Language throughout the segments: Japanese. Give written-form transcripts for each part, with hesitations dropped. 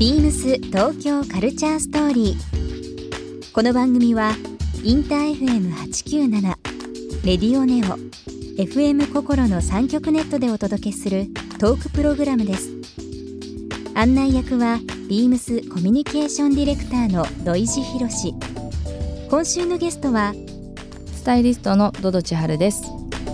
ビームス東京カルチャーストーリー。この番組はインター FM897 レディオネオ FM 心の3極ネットでお届けするトークプログラムです。案内役はビームスコミュニケーションディレクターの土井博志。今週のゲストはスタイリストのドド千春です。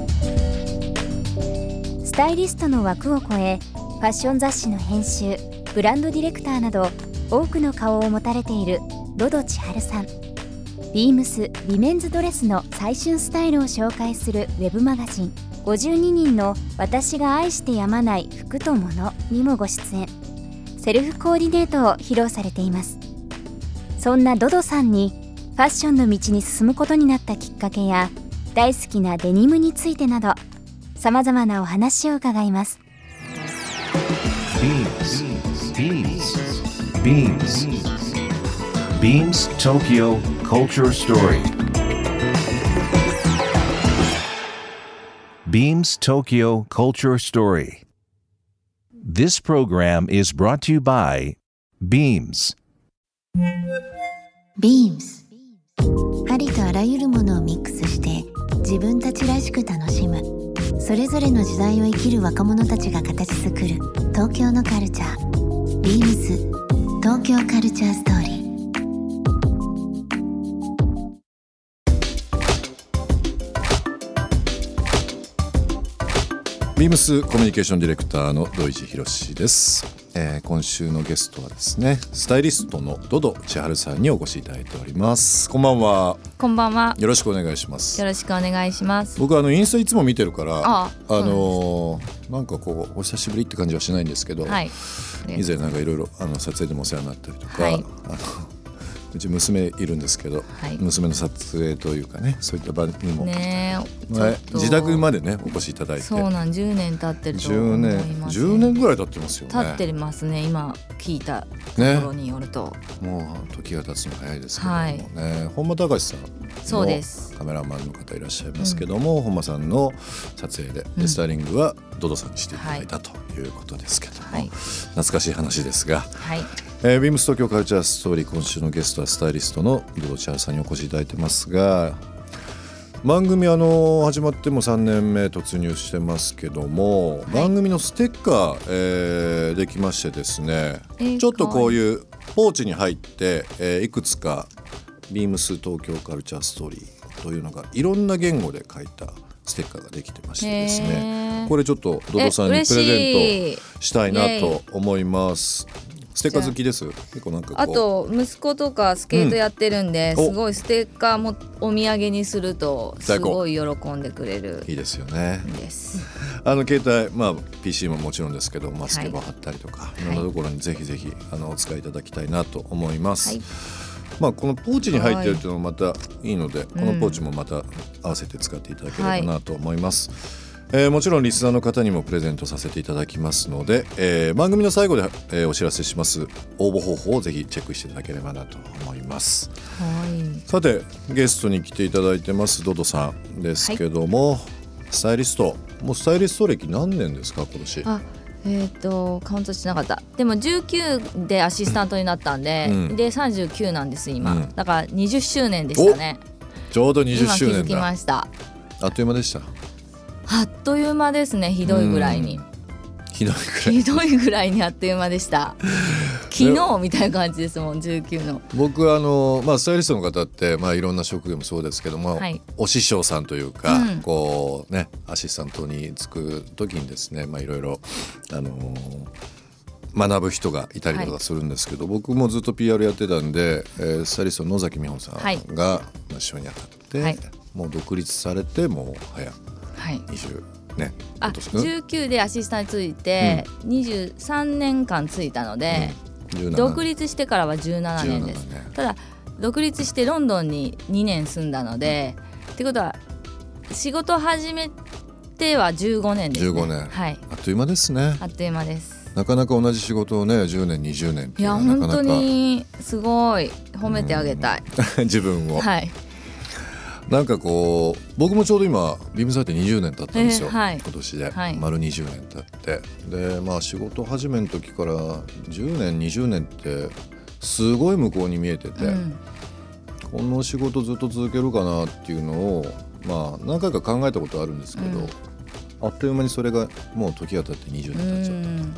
スタイリストの枠を超え、ファッション雑誌の編集、ブランドディレクターなど多くの顔を持たれているドド千春さん。ビームスウィメンズドレスの最旬スタイルを紹介するウェブマガジン52人の私が愛してやまない服と物にもご出演。セルフコーディネートを披露されています。そんなドドさんにファッションの道に進むことになったきっかけや大好きなデニムについてなどさまざまなお話を伺います。 Beams Tokyo Culture Story. Beams Tokyo Culture Story. This program is brought to you by Beams. Beams ありとあらゆるものをミックスして自分たちらしく楽しむ、それぞれの時代を生きる若者たちが形作る東京のカルチャー。ビームス東京カルチャーストーリー。 ビームスコミュニケーションディレクターの土井博志です。今週のゲストはですね、スタイリストのドド千春さんにお越しいただいております。こんばんは。 こんばんは。 よろしくお願いします。 よろしくお願いします。 僕インスタいつも見てるからなんかこうお久しぶりって感じはしないんですけど、 はい、 以前なんかいろいろ撮影でもお世話になったりとか、 はいうち娘いるんですけど、 はい、 娘の撮影というかね、そういった場にも、 ね、 自宅までねお越しいただいて、 そうなん10年経ってると思います、 10年ぐらい経ってますよね。 経ってますね。今聞いたところによると、 もう時が経つの早いですけどもね、 はい、 本間隆さんそうですカメラマンの方いらっしゃいますけども、本間さんの撮影で、スタイリングはドドさんにしていただいたということですけども、はい、懐かしい話ですが、 はい、 ビームス東京カルチャーストーリー、今週のゲストはスタイリストのドド千春さんにお越しいただいてますが、番組始まっても3年目突入してますけども、はい、番組のステッカー、できましてですね、ちょっとこういうポーチに入って、いくつかビームス東京カルチャーストーリーというのがいろんな言語で書いたステッカーができてましてですね、これちょっとドドさんにプレゼントしたいなと思います。ステッカー好きです。結構なんかこう、 あと息子とかスケートやってるんで、すごいステッカーもお土産にするとすごい喜んでくれる。 いいですよね。 です。 携帯、PC ももちろんですけど、スケボー貼ったりとか、いろんなところにぜひぜひお使いいただきたいなと思います。はい、このポーチに入っているというのもまたいいので、このポーチもまた合わせて使っていただければなと思います。もちろんリスナーの方にもプレゼントさせていただきますので、番組の最後で、お知らせします応募方法をぜひチェックしていただければなと思います。 はい、 さてゲストに来ていただいてますドドさんですけども、はい、スタイリスト歴何年ですか今年？ カウントしなかった。でも19でアシスタントになったんで、で39なんです今、だから20周年でしたね。 ちょうど20周年だ。 今気づきました。 あっという間でした。 あっという間ですね。ひどいぐらいにあっという間でした。昨日みたいな感じですもん。19の僕スタイリストの方って、いろんな職業もそうですけども、はい、お師匠さんというか、こうね、アシスタントに就く時にですね、いろいろ学ぶ人がいたりとかするんですけど、僕もずっと PR やってたんで、スタイリストの野崎美穂さんが一緒に当たって、もう独立されてもう早20年、 19でアシスタントについて、23年間ついたので、独立してからは17年です。ただ独立してロンドンに2年住んだので、ってことは仕事始めては15年ですね。15年、はい、 あっという間ですね。 あっという間です。 なかなか同じ仕事をね10年20年っていうのは本当にすごい褒めてあげたい、 自分を。 はい。 なんかこう僕もちょうど今ビームス入って20年経ったんですよ、 はい、 今年で、 はい、 丸20年経ってで、まあ、仕事始めの時から10年20年ってすごい向こうに見えてて、この仕事ずっと続けるかなっていうのを、まあ、何回か考えたことあるんですけど、あっという間にそれがもう時が経って20年経っちゃった、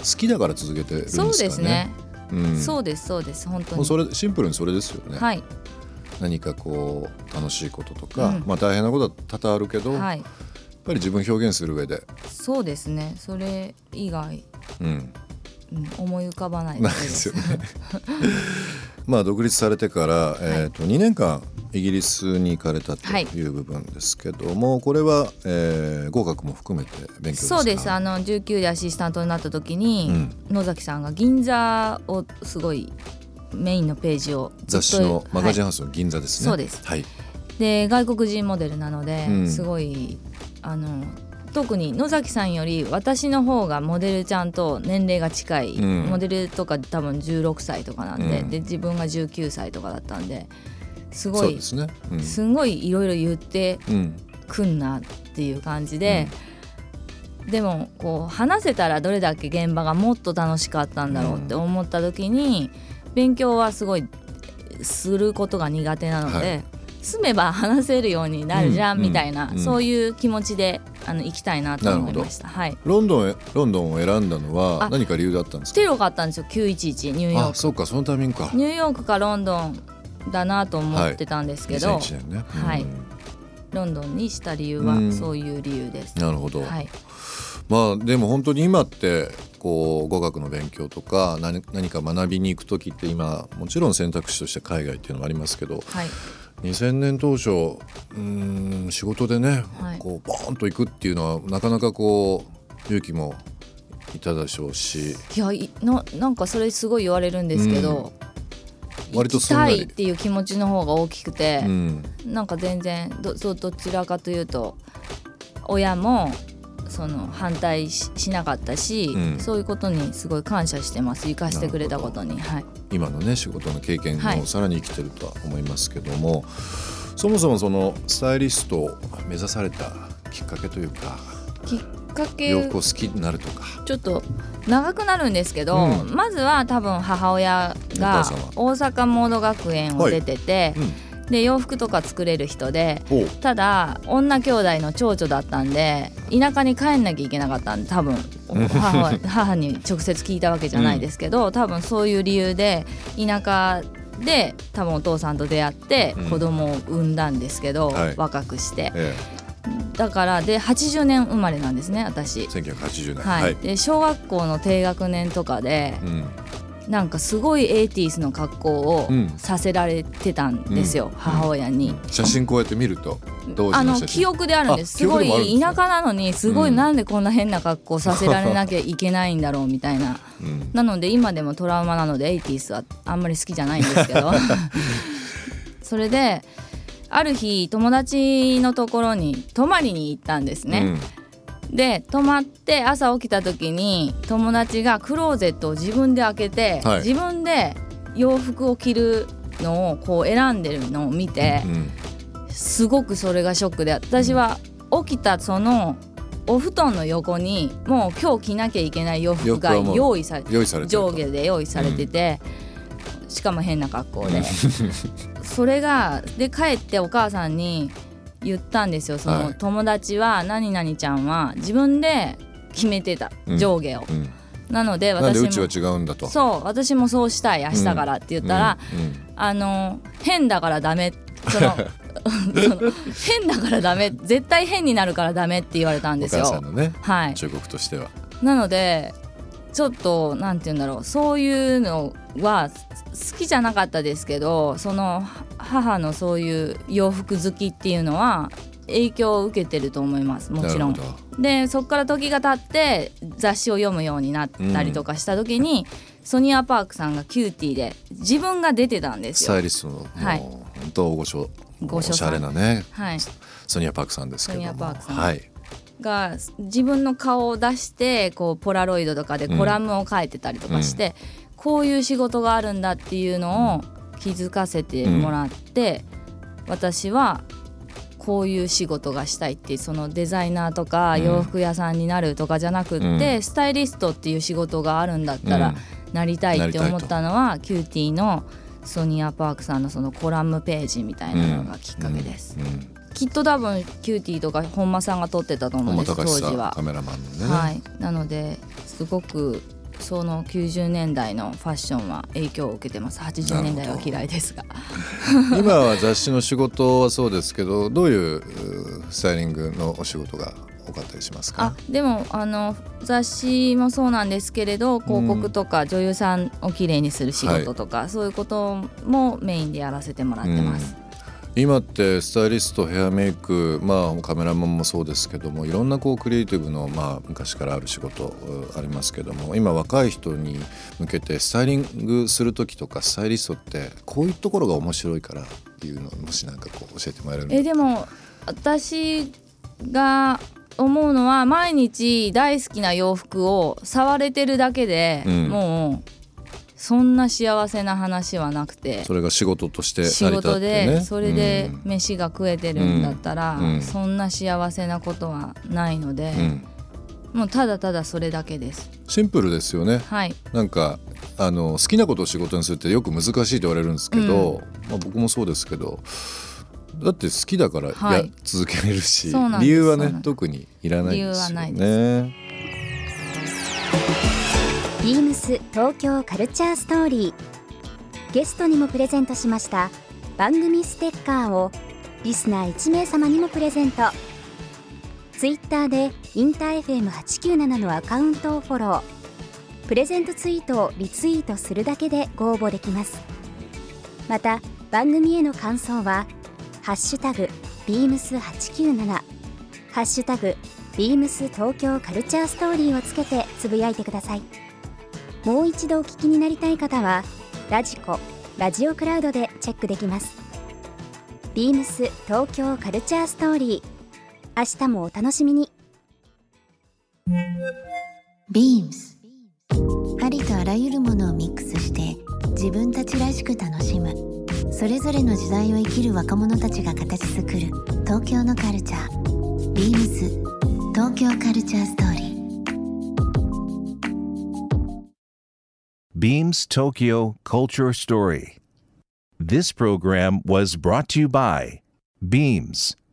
好きだから続けてるんですかね。 そうですね、そうですそうです本当にもうそれシンプルにそれですよね、 はい、 何かこう楽しいこととか、まあ、大変なことは多々あるけど、はい、やっぱり自分表現する上でそうですね、それ以外、思い浮かばないですよねまあ独立されてから、2年間イギリスに行かれたという部分ですけども、これは、語学も含めて勉強ですか？ そうです。19でアシスタントになった時に、野崎さんが銀座をすごいメインのページを雑誌のマガジンハウスの銀座ですね、 そうです、 はい、 で外国人モデルなので、すごい特に野崎さんより私の方がモデルちゃんと年齢が近い、モデルとか多分16歳とかなんで、で自分が19歳とかだったんですごい、そうですね、すごいいろいろ言ってくんなっていう感じで、でもこう話せたらどれだけ現場がもっと楽しかったんだろうって思った時に、勉強はすごいすることが苦手なので、住めば話せるようになるじゃんみたいな、そういう気持ちで行きたいなと思いました、はい、 ロンドンを選んだのは何か理由だったんですか？ テロがあったんですよ、911ニューヨーク。 あ、そうか、そのタイミングか。 ニューヨークかロンドンだなと思ってたんですけど、 2001年ね、 はい、ロンドンにした理由はそういう理由です、 なるほど、 はい、 まあでも本当に今ってこう語学の勉強とか何か学びに行く時って今もちろん選択肢として海外っていうのもありますけど、はい、2000年当初仕事でね、こうボーンと行くっていうのはなかなかこう勇気もいたでしょうし、 いやなんかそれすごい言われるんですけど、割と行きたいっていう気持ちの方が大きくて、なんか全然 どちらかというと親もその反対 しなかったし、そういうことにすごい感謝してます、行かせてくれたことに、はい、今のね仕事の経験もさらに生きてるとは思いますけども、そもそもそのスタイリストを目指されたきっかけというか、 きっかけ洋服を好きになるとかちょっと長くなるんですけど、まずは多分母親が大阪モード学園を出てて、で洋服とか作れる人で、ただ女兄弟の長女だったんで田舎に帰んなきゃいけなかったんで、多分母に直接聞いたわけじゃないですけど、多分そういう理由で田舎で多分お父さんと出会って子供を産んだんですけど、若くして、だからで80年生まれなんですね、私。 1980年、 はい、で小学校の低学年とかで、なんかすごい 80s の格好をさせられてたんですよ、母親に。 写真こうやって見ると当時の写真記憶であるんです。すごい田舎なのにすごいなんでこんな変な格好させられなきゃいけないんだろうみたいな、なので今でもトラウマなので 80s はあんまり好きじゃないんですけどそれである日友達のところに泊まりに行ったんですね、で泊まって朝起きた時に友達がクローゼットを自分で開けて、自分で洋服を着るのをこう選んでるのを見て、すごくそれがショックで、私は起きたそのお布団の横にもう今日着なきゃいけない洋服が用意されて上下で用意されてて、しかも変な格好でそれがで帰ってお母さんに言ったんですよ。その友達は何々ちゃんは自分で決めてた、上下を、なので私もなんでうちは違うんだと。 そう、私もそうしたい明日からって言ったら、変だからダメ、その変だからダメ、絶対変になるからダメって言われたんですよ、 お母さんのね、 はい、 忠告としては。 なのでちょっとなんて言うんだろう、そういうのは好きじゃなかったですけど、その母のそういう洋服好きっていうのは影響を受けてると思います、もちろん。でそこから時が経って雑誌を読むようになったりとかした時に、ソニア・パークさんがキューティーで自分が出てたんですよ。 スタイリストの、本当おしゃれなね、ソニア・パークさんですけども、ソニア・パークさん、が自分の顔を出してこうポラロイドとかでコラムを書いてたりとかして、こういう仕事があるんだっていうのを気づかせてもらって、私はこういう仕事がしたいっていう、そのデザイナーとか洋服屋さんになるとかじゃなくって、スタイリストっていう仕事があるんだったらなりたいって思ったのは、キューティーのソニア・パークさんのそのコラムページみたいなのがきっかけです、きっと多分キューティーとか本間さんが撮ってたと思うんです、当時は。 カメラマンのね、 はい、なのですごくその90年代のファッションは影響を受けてます。80年代は嫌いですが今は雑誌の仕事はそうですけど、どういうスタイリングのお仕事が多かったりしますか？ でも雑誌もそうなんですけれど、広告とか女優さんをきれいにする仕事とか、そういうこともメインでやらせてもらってます、 今ってスタイリスト、ヘアメイク、カメラマンもそうですけども、いろんなクリエイティブの、昔からある仕事ありますけども、今若い人に向けてスタイリングする時とか、スタイリストってこういうところが面白いからっていうのをもしなんか教えてもらえるんですか？ でも私が思うのは、毎日大好きな洋服を触れてるだけで、もうそんな幸せな話はなくて、 それが仕事として仕事でそれで飯が食えてるんだったら、そんな幸せなことはないので、もうただただそれだけです。 シンプルですよね、 はい、 なんか好きなことを仕事にするってよく難しいと言われるんですけど、僕もそうですけど、だって好きだから続けれるし、理由はね特にいらないですよね。 理由はないです。 ビームス東京カルチャーストーリー、ゲストにもプレゼントしました番組ステッカーをリスナー1名様にもプレゼント。ツイッターでインター FM897 のアカウントをフォロー、プレゼントツイートをリツイートするだけでご応募できます。また番組への感想はハッシュタグビームス897、ハッシュタグビームス東京カルチャーストーリーをつけてつぶやいてください。もう一度お聞きになりたい方はラジコ、ラジオクラウドでチェックできます。ビームス東京カルチャーストーリー、明日もお楽しみに。 ビームス、ありとあらゆるものをミックスして自分たちらしく楽しむ、それぞれの時代を生きる若者たちが形作る東京のカルチャー。ビームス東京カルチャーストーリー。 Beams Tokyo Culture Story. This program was brought to you by Beams.